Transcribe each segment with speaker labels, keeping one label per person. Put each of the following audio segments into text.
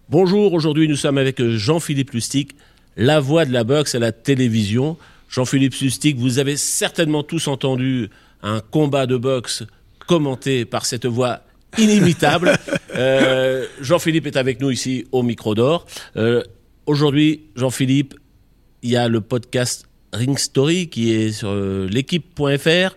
Speaker 1: Bonjour, aujourd'hui nous sommes avec Jean-Philippe Lustig, la voix de la boxe à la télévision. Jean-Philippe Lustig, vous avez certainement tous entendu un combat de boxe commenté par cette voix inimitable. Jean-Philippe est avec nous ici au micro d'or. Aujourd'hui, Jean-Philippe, il y a le podcast Ring Story qui est sur l'équipe.fr,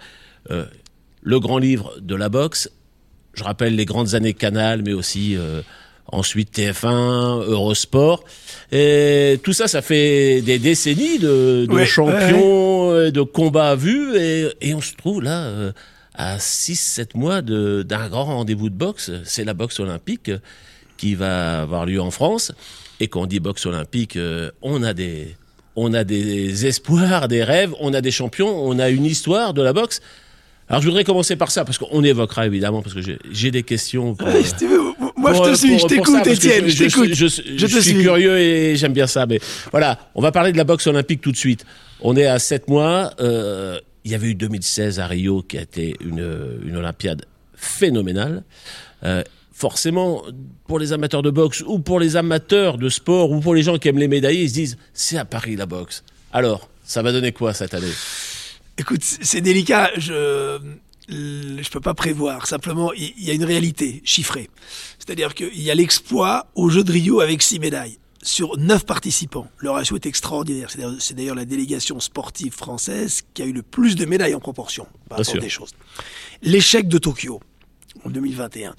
Speaker 1: le grand livre de la boxe. Je rappelle les grandes années Canal, mais aussi ensuite TF1, Eurosport. Et tout ça, ça fait des décennies de champions, de combats vus. Et on se trouve là à 6-7 mois d'un grand rendez-vous de boxe. C'est la boxe olympique qui va avoir lieu en France. Et quand on dit boxe olympique, on a des espoirs, des rêves, on a des champions, on a une histoire de la boxe. Alors je voudrais commencer par ça, parce qu'on évoquera évidemment, parce que j'ai des questions.
Speaker 2: Si tu veux, moi je te suis, je t'écoute Étienne, je t'écoute.
Speaker 1: Je suis curieux et j'aime bien ça, mais voilà, on va parler de la boxe olympique tout de suite. On est à 7 mois, il y avait eu 2016 à Rio qui a été une Olympiade phénoménale. Forcément, pour les amateurs de boxe ou pour les amateurs de sport ou pour les gens qui aiment les médaillés, ils se disent c'est à Paris la boxe. Alors, ça va donner quoi cette année ?
Speaker 2: Écoute, c'est délicat, je peux pas prévoir. Simplement, il y a une réalité chiffrée. C'est-à-dire qu'il y a l'exploit aux Jeux de Rio avec 6 médailles. Sur 9 participants. Le ratio est extraordinaire. C'est d'ailleurs la délégation sportive française qui a eu le plus de médailles en proportion. Par rapport des choses. L'échec de Tokyo, en 2021.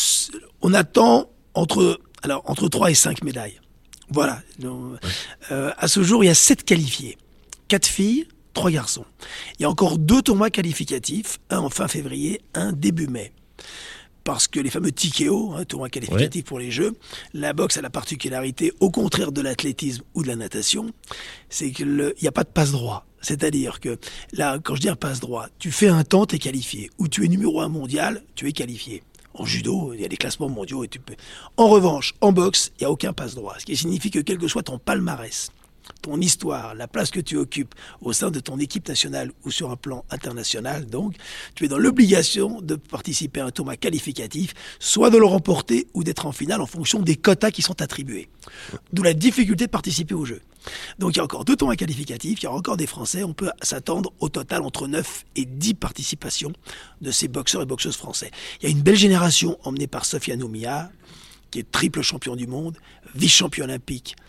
Speaker 2: On attend entre 3 et 5 médailles. Voilà. Donc, à ce jour, il y a 7 qualifiés. 4 filles, 3 garçons. Il y a encore 2 tournois qualificatifs, un en fin février, un début mai. Parce que les fameux TKO, tournois qualificatifs pour les Jeux, la boxe a la particularité, au contraire de l'athlétisme ou de la natation, c'est qu'il n'y a pas de passe-droit. C'est-à-dire que là, quand je dis un passe-droit, tu fais un temps, tu es qualifié. Ou tu es numéro 1 mondial, tu es qualifié. En judo, il y a des classements mondiaux et tu peux. En revanche, en boxe, il n'y a aucun passe-droit. Ce qui signifie que quel que soit ton palmarès, ton histoire, la place que tu occupes au sein de ton équipe nationale ou sur un plan international, donc, tu es dans l'obligation de participer à un tournoi qualificatif, soit de le remporter ou d'être en finale en fonction des quotas qui sont attribués. D'où la difficulté de participer au jeu. Donc il y a encore 2 tournois qualificatifs, il y a encore des Français, on peut s'attendre au total entre 9 et 10 participations de ces boxeurs et boxeuses français. Il y a une belle génération emmenée par Sofiane Oumia, qui est triple champion du monde, vice-champion olympique,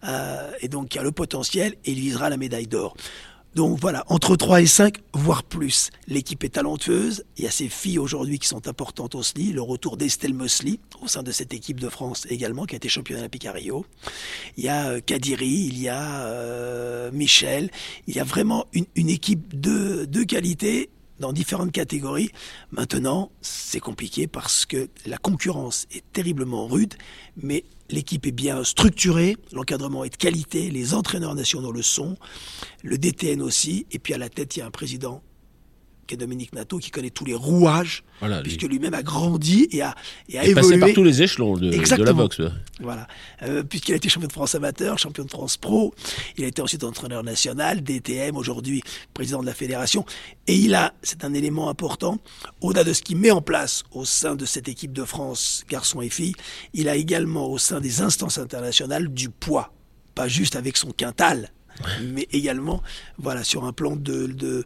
Speaker 2: et donc qui a le potentiel et il visera la médaille d'or. Donc voilà, entre 3 et 5, voire plus. L'équipe est talentueuse. Il y a ces filles aujourd'hui qui sont importantes au SLI. Le retour d'Estelle Mosley au sein de cette équipe de France également, qui a été championne olympique à Rio. Il y a Kadiri, il y a Michel. Il y a vraiment une équipe de qualité dans différentes catégories. Maintenant, c'est compliqué parce que la concurrence est terriblement rude, mais l'équipe est bien structurée, l'encadrement est de qualité, les entraîneurs nationaux le sont, le DTN aussi, et puis à la tête, il y a un président qui est Dominique Nato, qui connaît tous les rouages, puisque lui-même a grandi et a évolué.
Speaker 1: Passé par tous les échelons de la boxe.
Speaker 2: Voilà. Puisqu'il a été champion de France amateur, champion de France pro, il a été ensuite entraîneur national, DTM, aujourd'hui président de la fédération. Et c'est un élément important, au-delà de ce qu'il met en place au sein de cette équipe de France, garçons et filles, il a également au sein des instances internationales du poids. Pas juste avec son quintal, mais également sur un plan de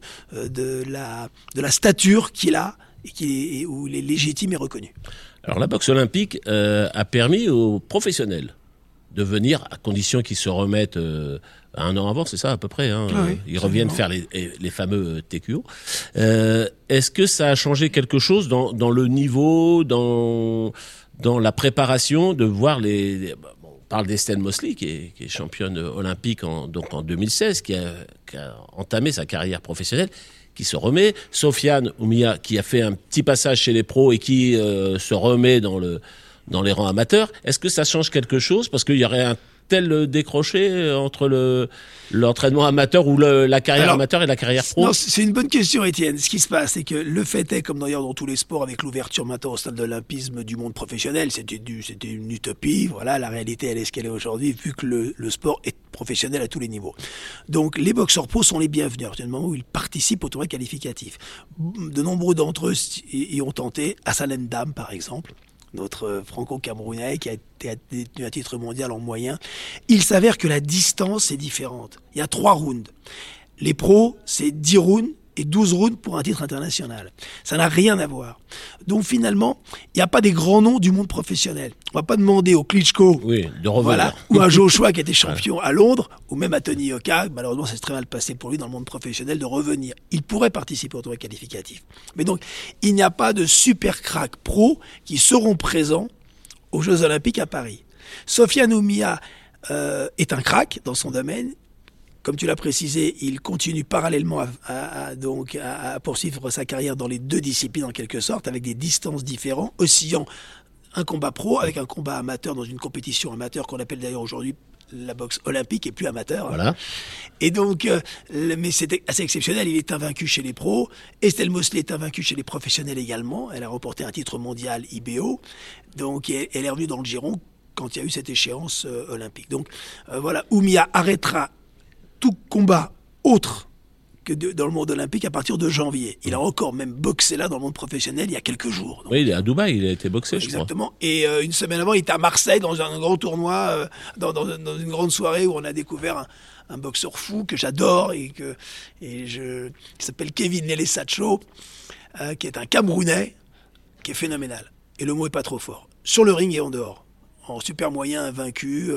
Speaker 2: la stature qu'il a et où il est légitime et reconnu.
Speaker 1: Alors la boxe olympique a permis aux professionnels de venir, à condition qu'ils se remettent un an avant, c'est ça à peu près, ils reviennent faire les fameux TQO. Est-ce que ça a changé quelque chose dans le niveau, dans la préparation, de voir on parle d'Estelle Mosley, qui est championne olympique en 2016, qui a entamé sa carrière professionnelle, qui se remet. Sofiane Oumia, qui a fait un petit passage chez les pros et qui se remet dans les rangs amateurs. Est-ce que ça change quelque chose ? Parce qu'il y aurait un tel décroché entre l'entraînement amateur ou la carrière amateur et la carrière pro?
Speaker 2: Non, c'est une bonne question, Étienne. Ce qui se passe, c'est que le fait est, comme d'ailleurs dans tous les sports, avec l'ouverture maintenant au stade de l'olympisme du monde professionnel, c'était une utopie. Voilà, la réalité, elle est ce qu'elle est aujourd'hui, vu que le sport est professionnel à tous les niveaux. Donc, les boxeurs pros sont les bienvenus, à partir du moment où ils participent au tournoi qualificatif. De nombreux d'entre eux y ont tenté, Hassan Ndam, par exemple, notre franco-camerounais qui a détenu un titre mondial en moyen. Il s'avère que la distance est différente. Il y a 3 rounds. Les pros, c'est 10 rounds et 12 rounds pour un titre international. Ça n'a rien à voir. Donc finalement, il n'y a pas des grands noms du monde professionnel. On va pas demander au Klitschko
Speaker 1: de revenir.
Speaker 2: Voilà, ou à Joshua qui était champion à Londres, ou même à Tony Yoka, malheureusement ça s'est très mal passé pour lui dans le monde professionnel, de revenir. Il pourrait participer au tournoi qualificatif. Mais donc, il n'y a pas de super crack pro qui seront présents aux Jeux Olympiques à Paris. Sofiane Oumia est un crack dans son domaine. Comme tu l'as précisé, il continue parallèlement à poursuivre sa carrière dans les 2 disciplines en quelque sorte, avec des distances différentes, oscillant un combat pro avec un combat amateur dans une compétition amateur qu'on appelle d'ailleurs aujourd'hui la boxe olympique et plus amateur.
Speaker 1: Voilà.
Speaker 2: Et donc, mais c'était assez exceptionnel, il est invaincu chez les pros. Estelle Mosley est invaincue chez les professionnels également. Elle a remporté un titre mondial IBO. Donc, elle est revenue dans le giron quand il y a eu cette échéance olympique. Donc, voilà, Oumia arrêtera tout combat autre que dans le monde olympique à partir de janvier. Il a encore même boxé là dans le monde professionnel il y a quelques jours. Donc,
Speaker 1: oui, il est à Dubaï, il a été boxé, je crois.
Speaker 2: Exactement. Et une semaine avant, il était à Marseille dans un grand tournoi, dans une grande soirée où on a découvert un boxeur fou que j'adore qui s'appelle Kevin Nele Sacho, qui est un Camerounais, qui est phénoménal. Et le mot est pas trop fort. Sur le ring et en dehors. En super moyen, vaincu,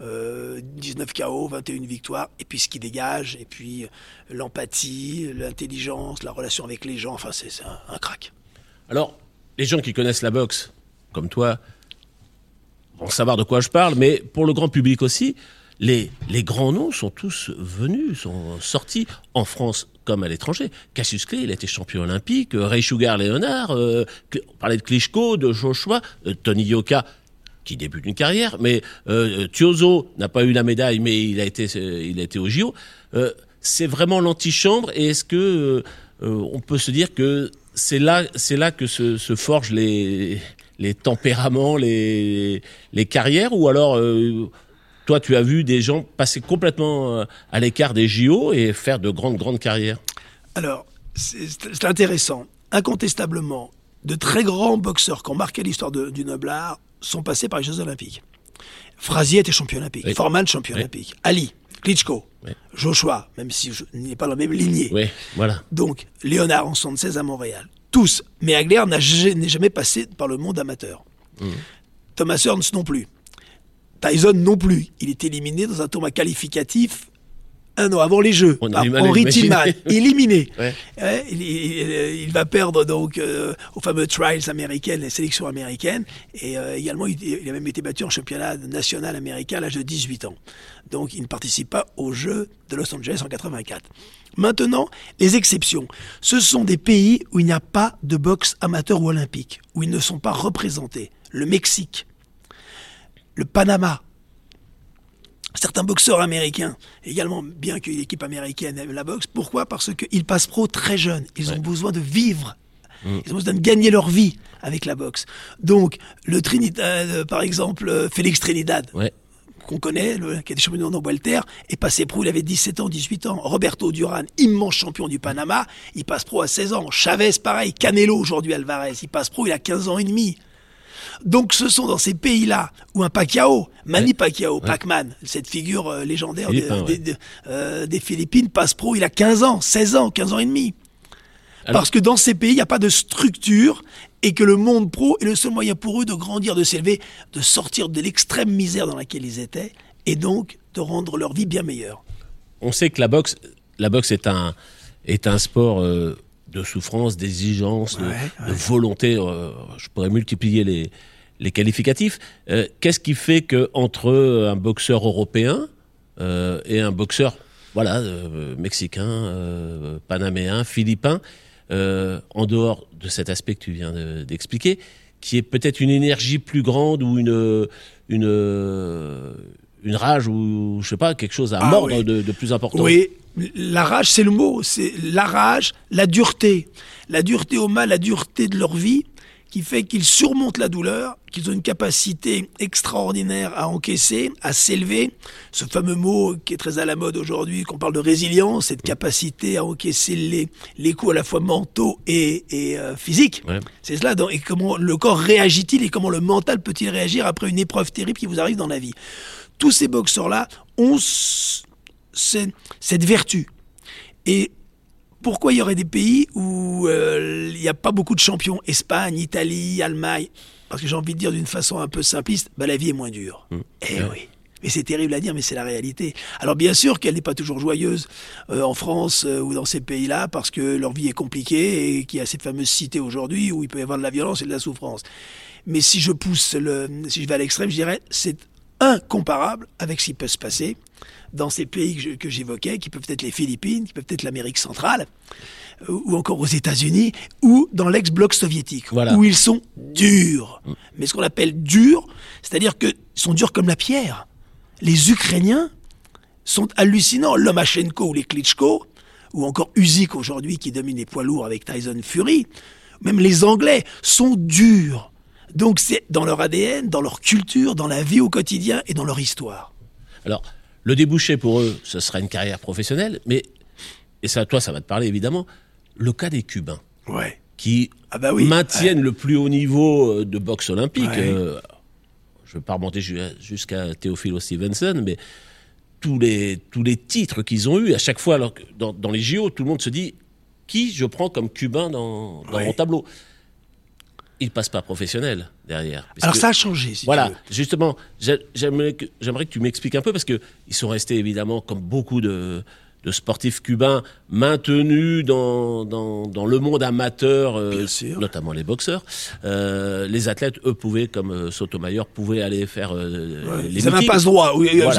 Speaker 2: 19 KO, 21 victoires, et puis ce qui dégage, et puis l'empathie, l'intelligence, la relation avec les gens, enfin c'est un crack.
Speaker 1: Alors, les gens qui connaissent la boxe, comme toi, vont savoir de quoi je parle, mais pour le grand public aussi, les grands noms sont tous venus, sont sortis en France comme à l'étranger. Cassius Clay, il a été champion olympique, Ray Sugar Leonard, on parlait de Klitschko, de Joshua, Tony Yoka, qui débute une carrière, mais Thiozo n'a pas eu la médaille, mais il a été au JO. C'est vraiment l'antichambre, et est-ce que on peut se dire que c'est là que se forgent les tempéraments, les carrières, ou alors toi tu as vu des gens passer complètement à l'écart des JO et faire de grandes carrières?
Speaker 2: Alors, c'est intéressant. Incontestablement, de très grands boxeurs qui ont marqué l'histoire du noble art sont passés par les Jeux Olympiques. Frazier était champion olympique, oui. Foreman champion olympique, Ali, Klitschko, oui. Joshua, même si il n'est pas dans la même lignée.
Speaker 1: Oui, voilà.
Speaker 2: Donc, Léonard en 76 à Montréal. Tous. Mais Hagler n'est jamais passé par le monde amateur. Thomas Hearns non plus. Tyson non plus. Il est éliminé dans un tournoi qualificatif un an avant les Jeux. Henry Tillman, éliminé. Ouais. Il va perdre donc aux fameux trials américaines, les sélections américaines. Et également, il a même été battu en championnat national américain à l'âge de 18 ans. Donc, il ne participe pas aux Jeux de Los Angeles en 84. Maintenant, les exceptions. Ce sont des pays où il n'y a pas de boxe amateur ou olympique, où ils ne sont pas représentés. Le Mexique, le Panama, certains boxeurs américains, également, bien que l'équipe américaine aime la boxe. Pourquoi ? Parce qu'ils passent pro très jeunes. Ils ont besoin de vivre. Ils ont besoin de gagner leur vie avec la boxe. Donc, le Trinidad, par exemple, Félix Trinidad, qu'on connaît, qui a été champion du monde en welter, est passé pro, il avait 17 ans, 18 ans. Roberto Duran, immense champion du Panama, il passe pro à 16 ans. Chavez, pareil. Canelo, aujourd'hui, Alvarez, il passe pro, il a 15 ans et demi. Donc ce sont dans ces pays-là où un Pacquiao, Manny Pacquiao, Pac-Man, cette figure légendaire des Philippines, passe pro, il a 15 ans, 16 ans, 15 ans et demi. Alors, parce que dans ces pays, il n'y a pas de structure et que le monde pro est le seul moyen pour eux de grandir, de s'élever, de sortir de l'extrême misère dans laquelle ils étaient et donc de rendre leur vie bien meilleure.
Speaker 1: On sait que la boxe est un sport de souffrance, d'exigence, de volonté. Je pourrais multiplier les qualificatifs. Qu'est-ce qui fait qu'entre un boxeur européen et un boxeur mexicain, panaméen, philippin, en dehors de cet aspect que tu viens d'expliquer, qui est peut-être une énergie plus grande ou une rage ou je sais pas, quelque chose à mordre de plus important?
Speaker 2: Oui. La rage, c'est le mot. C'est la rage, la dureté. La dureté au mal, la dureté de leur vie qui fait qu'ils surmontent la douleur, qu'ils ont une capacité extraordinaire à encaisser, à s'élever. Ce fameux mot qui est très à la mode aujourd'hui, qu'on parle de résilience, cette capacité à encaisser les coups à la fois mentaux et physiques. Ouais. C'est cela. Et comment le corps réagit-il et comment le mental peut-il réagir après une épreuve terrible qui vous arrive dans la vie. Tous ces boxeurs-là ont cette vertu. Et pourquoi il y aurait des pays où il n'y a pas beaucoup de champions? Espagne, Italie, Allemagne. Parce que j'ai envie de dire d'une façon un peu simpliste, la vie est moins dure. Oui. Mais c'est terrible à dire, mais c'est la réalité. Alors bien sûr qu'elle n'est pas toujours joyeuse en France ou dans ces pays-là, parce que leur vie est compliquée et qu'il y a cette fameuse cité aujourd'hui où il peut y avoir de la violence et de la souffrance. Mais si je si je vais à l'extrême, je dirais c'est incomparable avec ce qui peut se passer dans ces pays que j'évoquais, qui peuvent être les Philippines, qui peuvent être l'Amérique centrale, ou encore aux États-Unis, ou dans l'ex-bloc soviétique, où ils sont durs. Mais ce qu'on appelle durs, c'est-à-dire qu'ils sont durs comme la pierre. Les Ukrainiens sont hallucinants. Lomachenko ou les Klitschko, ou encore Usyk aujourd'hui qui domine les poids lourds avec Tyson Fury, même les Anglais sont durs. Donc c'est dans leur ADN, dans leur culture, dans la vie au quotidien et dans leur histoire.
Speaker 1: Alors, le débouché pour eux, ce sera une carrière professionnelle, mais, et ça, toi, ça va te parler évidemment, le cas des Cubains, qui maintiennent le plus haut niveau de boxe olympique. Je ne veux pas remonter jusqu'à Teofilo Stevenson, mais tous les titres qu'ils ont eus, à chaque fois dans les JO, tout le monde se dit qui je prends comme Cubain dans mon tableau. Ils ne passent pas professionnel derrière.
Speaker 2: Alors ça a changé, si tu veux.
Speaker 1: Justement, j'aimerais que tu m'expliques un peu, parce qu'ils sont restés évidemment, comme beaucoup de sportifs cubains, maintenus dans le monde amateur, notamment les boxeurs. Les athlètes, eux, pouvaient, comme Sotomayor, pouvaient aller faire les
Speaker 2: ils avaient un passe-droit.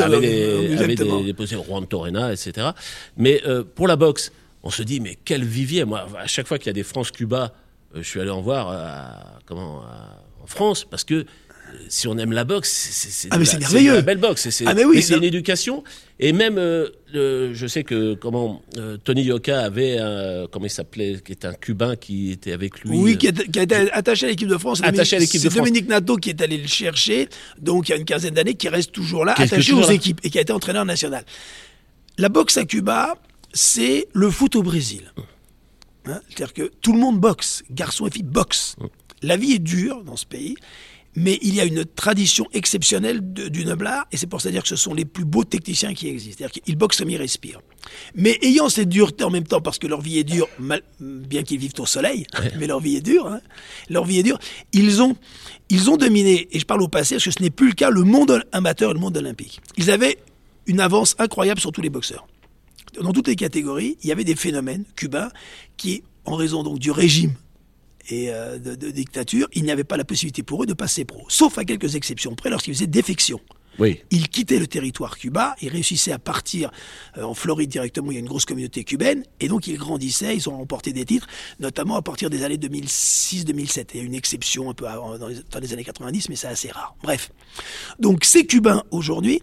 Speaker 1: Avec des positions, Juan Torrena, etc. Mais pour la boxe, on se dit, mais quel vivier. Moi, à chaque fois qu'il y a des France-Cuba, je suis allé en voir en France, parce que si on aime la boxe, c'est
Speaker 2: merveilleux.
Speaker 1: C'est la belle boxe. C'est une éducation. Et même, je sais que Tony Yoka avait comment il s'appelait, qui est un Cubain qui était avec lui.
Speaker 2: Oui, qui a été attaché à l'équipe de France. C'est Dominique Nato qui est allé le chercher, donc il y a une quinzaine d'années, qui reste toujours là, attaché aux équipes, et qui a été entraîneur national. La boxe à Cuba, c'est le foot au Brésil. C'est-à-dire que tout le monde boxe, garçons et filles boxent. La vie est dure dans ce pays, mais il y a une tradition exceptionnelle du noble art, et c'est pour ça dire que ce sont les plus beaux techniciens qui existent. C'est-à-dire qu'ils boxent comme ils respirent. Mais ayant cette dureté en même temps, parce que leur vie est dure, bien qu'ils vivent au soleil, mais leur vie est dure, leur vie est dure, ils ont dominé, et je parle au passé, parce que ce n'est plus le cas, le monde amateur et le monde olympique. Ils avaient une avance incroyable sur tous les boxeurs. Dans toutes les catégories, il y avait des phénomènes cubains qui, en raison donc du régime et de dictature, il n'y avait pas la possibilité pour eux de passer pro. Sauf à quelques exceptions près, lorsqu'ils faisaient défection. Ils quittaient le territoire cubain, ils réussissaient à partir en Floride directement, il y a une grosse communauté cubaine, et donc ils grandissaient, ils ont remporté des titres, notamment à partir des années 2006-2007. Il y a une exception un peu dans les années 90, mais c'est assez rare. Bref. Donc ces Cubains, aujourd'hui,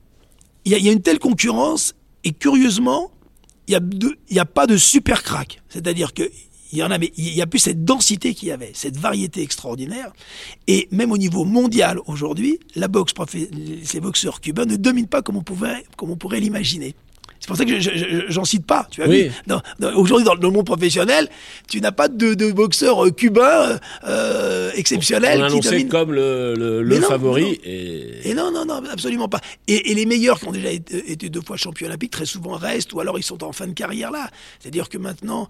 Speaker 2: il y a une telle concurrence. Et curieusement, il n'y a pas de super crack. C'est-à-dire qu'il y en a, mais il n'y a plus cette densité qu'il y avait, cette variété extraordinaire. Et même au niveau mondial aujourd'hui, la boxe, ces boxeurs cubains ne dominent pas comme on pourrait l'imaginer. C'est pour ça que j'en cite pas. Tu vois, aujourd'hui, dans le monde professionnel, tu n'as pas de boxeur cubain exceptionnel.
Speaker 1: On
Speaker 2: qui domine
Speaker 1: comme le favori.
Speaker 2: Et non, absolument pas. Et les meilleurs qui ont déjà été 2 fois champions olympiques, très souvent restent, ou alors ils sont en fin de carrière là. C'est-à-dire que maintenant,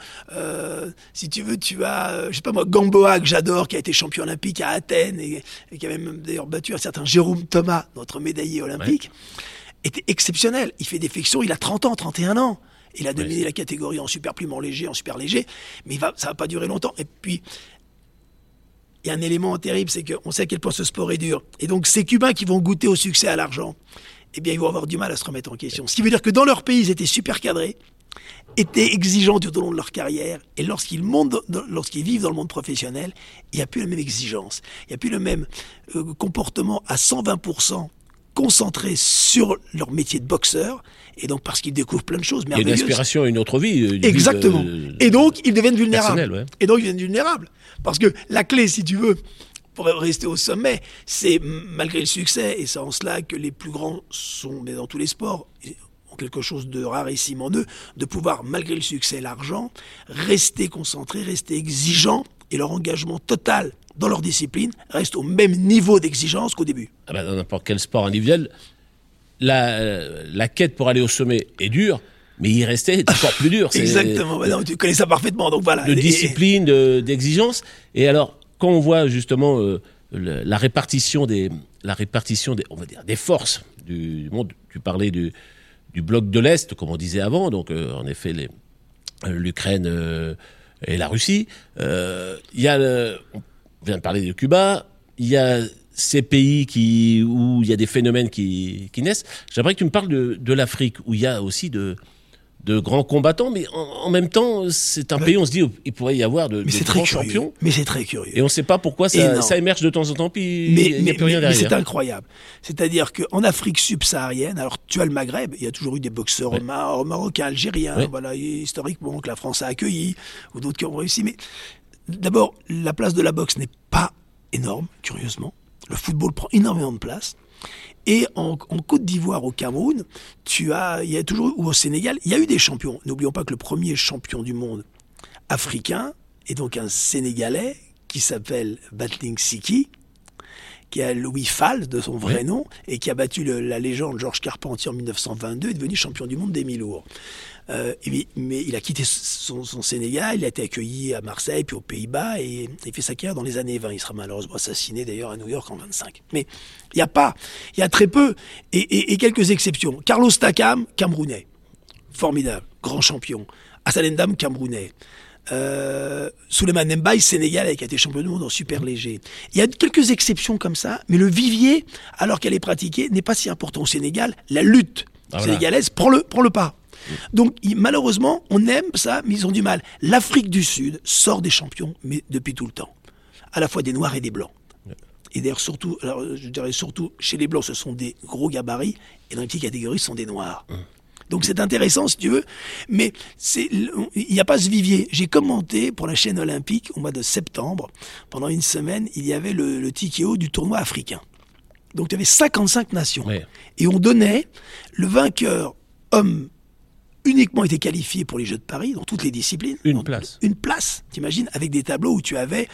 Speaker 2: si tu veux, tu as, je sais pas moi, Gamboa, que j'adore, qui a été champion olympique à Athènes, et qui a même d'ailleurs battu un certain Jérôme Thomas, notre médaillé olympique. Était exceptionnel. Il fait défection, il a 30 ans, 31 ans. Il a dominé la catégorie en super plume, en léger, en super léger, mais ça va pas durer longtemps. Et puis, il y a un élément terrible, c'est qu'on sait à quel point ce sport est dur. Et donc, ces Cubains qui vont goûter au succès, à l'argent, eh bien, ils vont avoir du mal à se remettre en question. Ce qui veut dire que dans leur pays, ils étaient super cadrés, étaient exigeants tout au long de leur carrière, et lorsqu'ils vivent dans le monde professionnel, il n'y a plus la même exigence. Il n'y a plus le même comportement à 120% concentrés sur leur métier de boxeur, et donc parce qu'ils découvrent plein de choses
Speaker 1: Il y a
Speaker 2: merveilleuses.
Speaker 1: une aspiration à une autre vie.
Speaker 2: Exactement. Et donc, ils deviennent vulnérables.
Speaker 1: Ouais.
Speaker 2: Et donc, ils deviennent vulnérables. Parce que la clé, si tu veux, pour rester au sommet, c'est malgré le succès, et c'est en cela que les plus grands sont, mais dans tous les sports, ont quelque chose de rarissime en eux, de pouvoir, malgré le succès et l'argent, rester concentrés, rester exigeants, et leur engagement total dans leur discipline reste au même niveau d'exigence qu'au début.
Speaker 1: Ah ben, dans n'importe quel sport individuel, la quête pour aller au sommet est dure, mais y rester est encore plus dur.
Speaker 2: Exactement. Non, tu connais ça parfaitement. Donc voilà.
Speaker 1: De discipline, d'exigence. Et alors, quand on voit justement la répartition des, on va dire, des forces du monde, tu parlais du bloc de l'Est, comme on disait avant, donc en effet l'Ukraine et la Russie. Il y a, on vient de parler de Cuba, il y a ces pays où il y a des phénomènes qui naissent. J'aimerais que tu me parles de l'Afrique, où il y a aussi de grands combattants, mais en même temps, c'est un pays où on se dit il pourrait y avoir de grands champions.
Speaker 2: Mais c'est très curieux.
Speaker 1: Et on ne sait pas pourquoi ça émerge de temps en temps, puis il n'y a plus rien derrière.
Speaker 2: Mais c'est incroyable. C'est-à-dire qu'en Afrique subsaharienne, alors tu as le Maghreb, il y a toujours eu des boxeurs marocains, algériens, voilà, historiquement, que la France a accueillis, ou d'autres qui ont réussi. Mais d'abord, la place de la boxe n'est pas énorme, curieusement. Le football prend énormément de place. Et en Côte d'Ivoire, au Cameroun, il y a toujours, ou au Sénégal, il y a eu des champions. N'oublions pas que le premier champion du monde africain est donc un Sénégalais qui s'appelle Battling Siki, qui a Louis Fall de son vrai nom, et qui a battu la légende Georges Carpentier en 1922, est devenu champion du monde des mi-lourds. Mais il a quitté son Sénégal, il a été accueilli à Marseille, puis aux Pays-Bas, et il fait sa carrière dans les années 20. Il sera malheureusement assassiné d'ailleurs à New York en 25. Mais il y a très peu, et quelques exceptions. Carlos Takam, Camerounais, formidable, grand champion. Hassan Ndam, Camerounais. Souleymane Mbaye, Sénégalais, qui a été champion du monde en super léger. Il y a quelques exceptions comme ça, mais le vivier, alors qu'elle est pratiquée, n'est pas si important au Sénégal. La lutte sénégalaise prend le pas. Donc malheureusement, on aime ça, mais ils ont du mal. L'Afrique du Sud sort des champions, mais depuis tout le temps. À la fois des Noirs et des Blancs. Et d'ailleurs, surtout chez les Blancs, ce sont des gros gabarits, et dans les petites catégories, ce sont des Noirs. Donc c'est intéressant, si tu veux, mais il n'y a pas ce vivier. J'ai commenté pour la chaîne olympique au mois de septembre, pendant une semaine, il y avait le TKO du tournoi africain. Donc il y avait 55 nations. Ouais. Et on donnait le vainqueur homme uniquement était qualifié pour les Jeux de Paris, dans toutes les disciplines.
Speaker 1: Une place,
Speaker 2: t'imagines, avec des tableaux où tu avais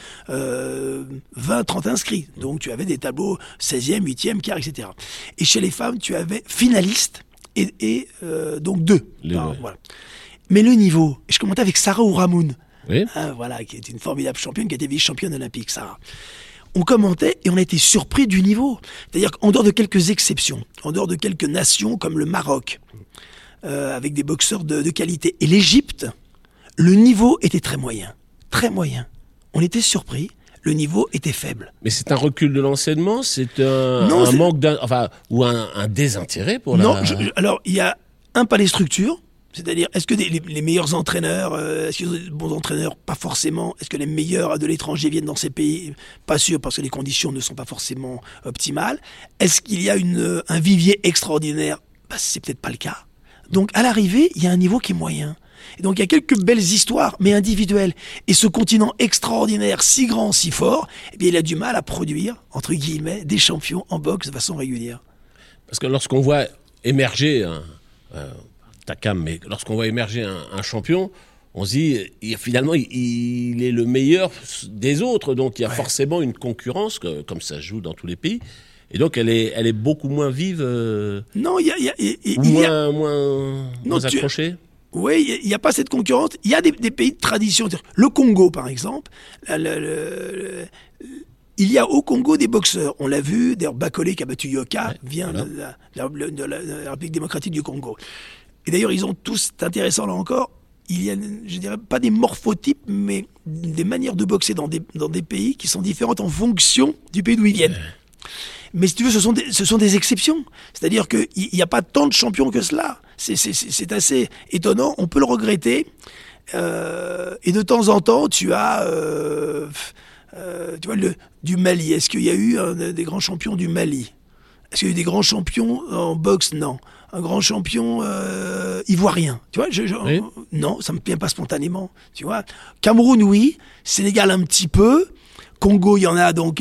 Speaker 2: 20-30 inscrits. Donc tu avais des tableaux 16e, 8e, quart, etc. Et chez les femmes, tu avais finalistes et donc 2. Voilà. Mais le niveau, je commentais avec Sarah Ouramoun, qui est une formidable championne, qui a été vice-championne olympique, Sarah. On commentait et on a été surpris du niveau. C'est-à-dire qu'en dehors de quelques exceptions, en dehors de quelques nations comme le Maroc, avec des boxeurs de qualité, et l'Égypte, le niveau était très moyen. Très moyen. On était surpris, le niveau était faible.
Speaker 1: Mais c'est un recul de l'enseignement, c'est un manque ou un désintérêt pour la...
Speaker 2: Non, alors il y a pas les structures, c'est-à-dire est-ce que les meilleurs entraîneurs, est-ce qu'ils ont des bons entraîneurs? Pas forcément. Est-ce que les meilleurs de l'étranger viennent dans ces pays? Pas sûr, parce que les conditions ne sont pas forcément optimales. Est-ce qu'il y a un vivier extraordinaire? C'est peut-être pas le cas. Donc à l'arrivée, il y a un niveau qui est moyen. Et donc il y a quelques belles histoires, mais individuelles. Et ce continent extraordinaire, si grand, si fort, eh bien il a du mal à produire, entre guillemets, des champions en boxe de façon régulière.
Speaker 1: Parce que lorsqu'on voit émerger Takam, mais lorsqu'on voit émerger un champion, on se dit finalement il est le meilleur des autres, donc il y a forcément une concurrence, comme ça se joue dans tous les pays. Et donc, elle est beaucoup moins vive.
Speaker 2: Non,
Speaker 1: moins accrochée.
Speaker 2: Oui, il n'y a pas cette concurrence. Il y a des pays de tradition. Le Congo, par exemple. Il y a au Congo des boxeurs. On l'a vu. D'ailleurs, Bakole qui a battu Yoka vient de la République démocratique du Congo. Et d'ailleurs, ils ont tous, c'est intéressant là encore, il y a, je dirais, pas des morphotypes, mais des manières de boxer dans des pays qui sont différentes en fonction du pays d'où ils viennent. Mais si tu veux, ce sont des exceptions. C'est-à-dire qu'il n'y a pas tant de champions que cela. C'est assez étonnant. On peut le regretter. Et de temps en temps, tu as du Mali. Est-ce qu'il y a eu des grands champions du Mali? Est-ce qu'il y a eu des grands champions en boxe? Non. Un grand champion ivoirien, tu vois,
Speaker 1: Oui.
Speaker 2: non, ça me vient pas spontanément, tu vois. Cameroun, oui. Sénégal, un petit peu. Congo, il y en a donc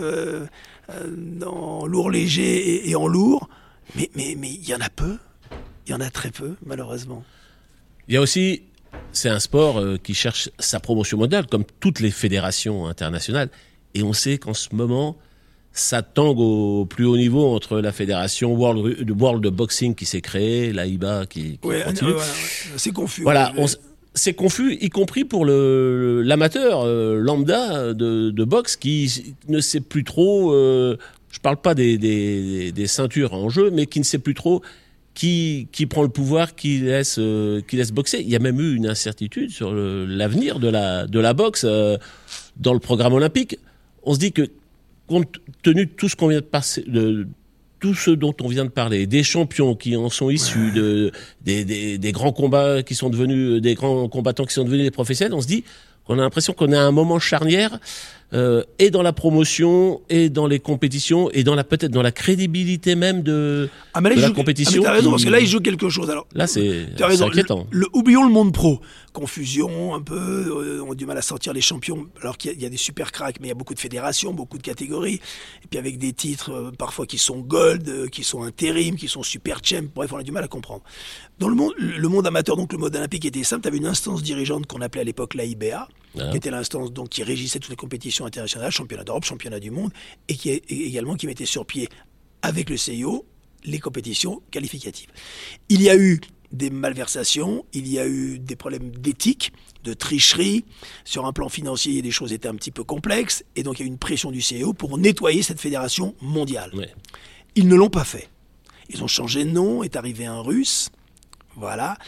Speaker 2: en lourd léger et en lourd. Mais il y en a peu. Il y en a très peu, malheureusement.
Speaker 1: Il y a aussi, c'est un sport qui cherche sa promotion mondiale, comme toutes les fédérations internationales. Et on sait qu'en ce moment, ça tangue au plus haut niveau entre la fédération World Boxing qui s'est créée, l'AIBA qui continue.
Speaker 2: Ouais, c'est confus.
Speaker 1: Voilà, c'est confus, y compris pour l'amateur lambda de boxe qui ne sait plus trop, je parle pas des ceintures en jeu, mais qui ne sait plus trop qui prend le pouvoir, qui laisse boxer. Il y a même eu une incertitude sur l'avenir de la boxe dans le programme olympique. On se dit que compte tenu de tout ce qu'on vient de passer, de tout ce dont on vient de parler, des champions qui en sont issus, des grands combats qui sont devenus, des grands combattants qui sont devenus des professionnels, on se dit qu'on a l'impression qu'on est à un moment charnière, et dans la promotion, et dans les compétitions, et peut-être dans la crédibilité même de la compétition.
Speaker 2: T'as raison, parce que là, il joue quelque chose. Alors,
Speaker 1: là, c'est inquiétant.
Speaker 2: Oublions le monde pro. Confusion, un peu, on a du mal à sortir les champions, alors qu'il y a des super cracks, mais il y a beaucoup de fédérations, beaucoup de catégories, et puis avec des titres parfois qui sont gold, qui sont intérim, qui sont super champ, bref, on a du mal à comprendre. Dans le monde amateur, donc le mode olympique était simple, tu avais une instance dirigeante qu'on appelait à l'époque l'AIBA, qui était l'instance donc qui régissait toutes les compétitions internationales, championnat d'Europe, championnat du monde, et également qui mettait sur pied, avec le CIO, les compétitions qualificatives. Il y a eu des malversations, il y a eu des problèmes d'éthique, de tricherie. Sur un plan financier, des choses étaient un petit peu complexes, et donc il y a eu une pression du CIO pour nettoyer cette fédération mondiale. Ouais. Ils ne l'ont pas fait. Ils ont changé de nom, est arrivé un Russe, voilà,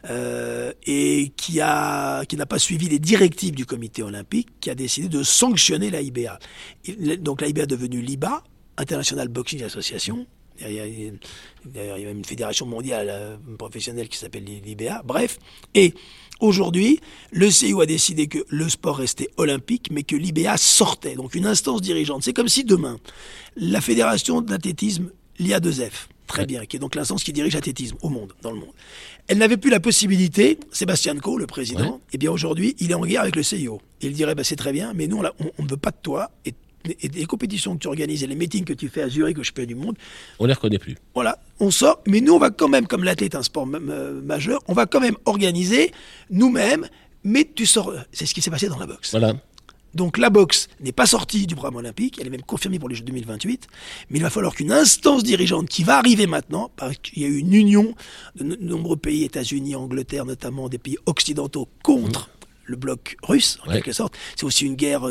Speaker 2: et qui n'a pas suivi les directives du comité olympique, qui a décidé de sanctionner l'AIBA. Donc l'AIBA est devenue l'IBA, International Boxing Association. Il y a même une fédération mondiale professionnelle qui s'appelle l'IBA. Bref, et aujourd'hui, le CIO a décidé que le sport restait olympique, mais que l'IBA sortait. Donc une instance dirigeante. C'est comme si demain, la fédération d'athlétisme, l'IA2F, très bien, qui est donc l'instance qui dirige l'athlétisme dans le monde. Elle n'avait plus la possibilité, Sébastien Coe, le président, et bien aujourd'hui, il est en guerre avec le CIO. Il dirait, c'est très bien, mais nous, on ne veut pas de toi, et les compétitions que tu organises et les meetings que tu fais à Zurich, au championnat du monde,
Speaker 1: on les reconnaît plus.
Speaker 2: Voilà, on sort, mais nous, on va quand même, comme l'athlète est un sport majeur, on va quand même organiser nous-mêmes, mais tu sors. C'est ce qui s'est passé dans la boxe.
Speaker 1: Voilà.
Speaker 2: Donc la boxe n'est pas sortie du programme olympique, elle est même confirmée pour les Jeux 2028, mais il va falloir qu'une instance dirigeante qui va arriver maintenant, parce qu'il y a eu une union de nombreux pays, États-Unis, Angleterre notamment, des pays occidentaux contre le bloc russe, en quelque sorte. C'est aussi une guerre,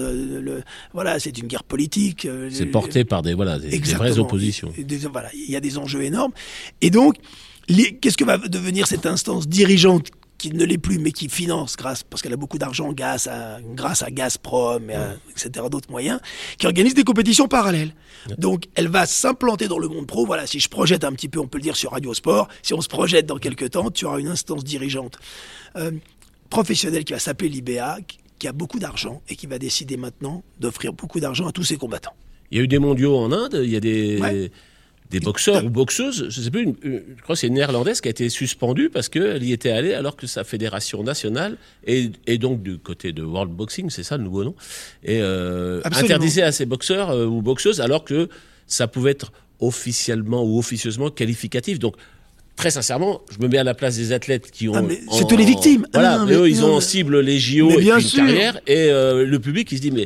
Speaker 2: c'est une guerre politique.
Speaker 1: C'est porté par des vraies oppositions.
Speaker 2: Il y a des enjeux énormes. Et donc, qu'est-ce que va devenir cette instance dirigeante qui ne l'est plus, mais qui finance, parce qu'elle a beaucoup d'argent grâce à Gazprom, etc., d'autres moyens, qui organise des compétitions parallèles. Donc, elle va s'implanter dans le monde pro. Voilà, si je projette un petit peu, on peut le dire sur Radio Sport, si on se projette dans quelques temps, tu auras une instance dirigeante professionnelle qui va s'appeler l'IBA, qui a beaucoup d'argent et qui va décider maintenant d'offrir beaucoup d'argent à tous ses combattants.
Speaker 1: Il y a eu des mondiaux en Inde, il y a des boxeurs ou boxeuses, je ne sais plus, je crois que c'est une néerlandaise qui a été suspendue parce qu'elle y était allée alors que sa fédération nationale, et donc du côté de World Boxing, c'est ça le nouveau nom, et interdisait à ces boxeurs ou boxeuses alors que ça pouvait être officiellement ou officieusement qualificatif. Donc, très sincèrement, je me mets à la place des athlètes qui ont...
Speaker 2: c'est tous les victimes.
Speaker 1: Voilà, eux, ils ont en cible les JO et puis une carrière, et le public, il se dit, mais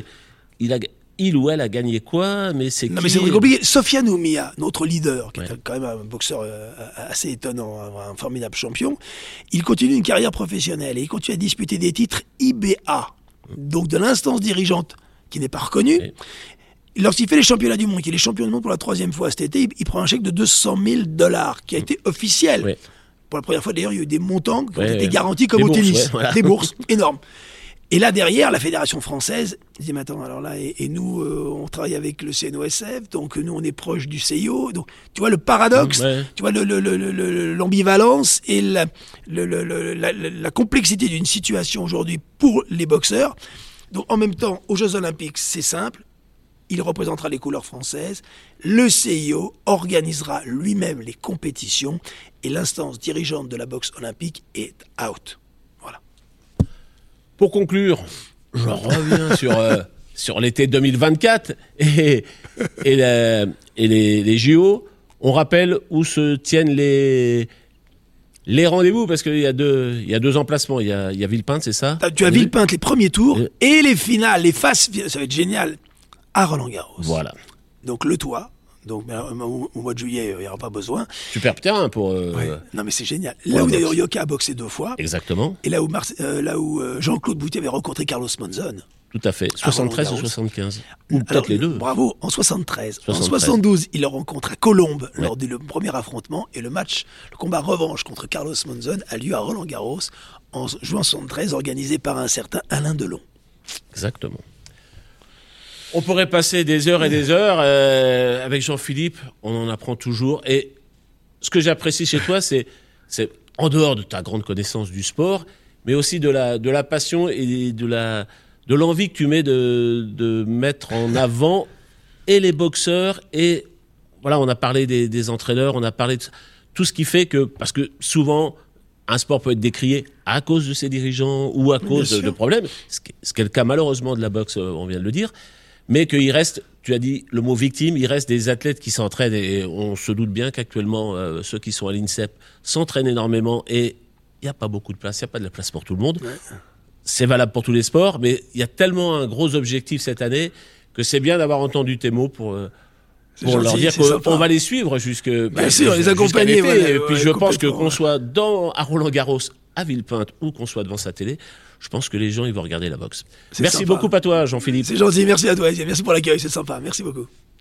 Speaker 1: il ou elle a gagné quoi, mais c'est qui?
Speaker 2: Non, mais c'est très compliqué. Sofiane Oumia, notre leader, qui est quand même un boxeur assez étonnant, un formidable champion, il continue une carrière professionnelle et il continue à disputer des titres IBA, donc de l'instance dirigeante qui n'est pas reconnue. Oui. Lorsqu'il fait les championnats du monde, qu'il est champion du monde pour la 3e fois cet été, il prend un chèque de $200,000 qui a été officiel. Oui. Pour la première fois, d'ailleurs, il y a eu des montants qui ont été garantis comme au tennis. Des bourses énormes. Et là, derrière, la Fédération française dit, mais attends, alors là, et nous, on travaille avec le CNOSF, donc nous, on est proche du CIO. Donc, tu vois le paradoxe, tu vois l'ambivalence et la complexité d'une situation aujourd'hui pour les boxeurs. Donc, en même temps, aux Jeux Olympiques, c'est simple. il représentera les couleurs françaises. Le CIO organisera lui-même les compétitions et l'instance dirigeante de la boxe olympique est out. Voilà.
Speaker 1: Pour conclure, je reviens sur l'été 2024 et les JO. On rappelle où se tiennent les rendez-vous, parce qu'il y a deux emplacements. Il y a Villepinte, c'est ça?
Speaker 2: Tu as Villepinte, les premiers tours, et les finales, les phases, ça va être génial, à Roland-Garros.
Speaker 1: Voilà.
Speaker 2: Donc le toit, donc au mois de juillet, il n'y aura pas besoin.
Speaker 1: Super terrain pour...
Speaker 2: Ouais. Non mais c'est génial. Là où d'ailleurs Yoka a boxé 2 fois.
Speaker 1: Exactement.
Speaker 2: Et là où Jean-Claude Boutier avait rencontré Carlos Monzon.
Speaker 1: Tout à fait. 73 ou 75. Ou peut-être les deux.
Speaker 2: Bravo, en 73. En 72, il le rencontre à Colombes lors du premier affrontement. Et le combat revanche contre Carlos Monzon a lieu à Roland-Garros en juin 73, organisé par un certain Alain Delon.
Speaker 1: Exactement. On pourrait passer des heures et des heures avec Jean-Philippe. On en apprend toujours. Et ce que j'apprécie chez toi, c'est en dehors de ta grande connaissance du sport, mais aussi de la passion et de l'envie que tu mets de mettre en avant et les boxeurs et voilà, on a parlé des entraîneurs, on a parlé de tout ce qui fait que, parce que souvent un sport peut être décrié à cause de ses dirigeants ou à cause de problèmes, ce qui est le cas malheureusement de la boxe, on vient de le dire, mais qu'il reste, tu as dit le mot victime, il reste des athlètes qui s'entraînent et on se doute bien qu'actuellement ceux qui sont à l'INSEP s'entraînent énormément et il n'y a pas beaucoup de place, il n'y a pas de la place pour tout le monde. Ouais. C'est valable pour tous les sports, mais il y a tellement un gros objectif cette année que c'est bien d'avoir entendu tes mots pour leur dire qu'on va les suivre jusque...
Speaker 2: Bien sûr, les accompagner.
Speaker 1: Et puis je pense que qu'on soit à Roland-Garros, à Villepinte, ou qu'on soit devant sa télé, je pense que les gens ils vont regarder la boxe. Merci beaucoup à toi, Jean-Philippe.
Speaker 2: C'est gentil, merci à toi. Merci pour l'accueil, c'est sympa. Merci beaucoup.